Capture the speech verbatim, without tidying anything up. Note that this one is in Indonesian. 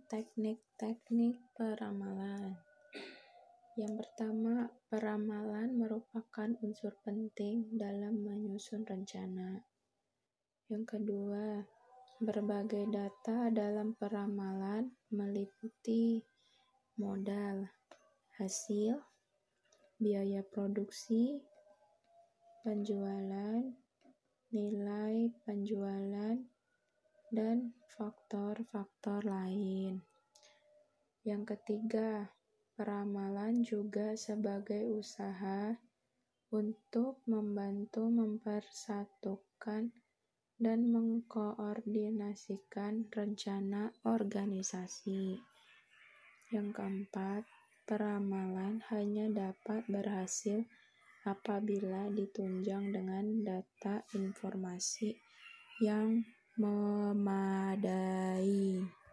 teknik-teknik peramalan. Yang pertama, peramalan merupakan unsur penting dalam menyusun rencana. Yang kedua, berbagai data dalam peramalan meliputi modal, hasil, biaya produksi, penjualan, nilai penjualan, dan faktor-faktor lain. Yang ketiga, peramalan juga sebagai usaha untuk membantu mempersatukan dan mengkoordinasikan rencana organisasi. Yang keempat, peramalan hanya dapat berhasil apabila ditunjang dengan data informasi yang memadai.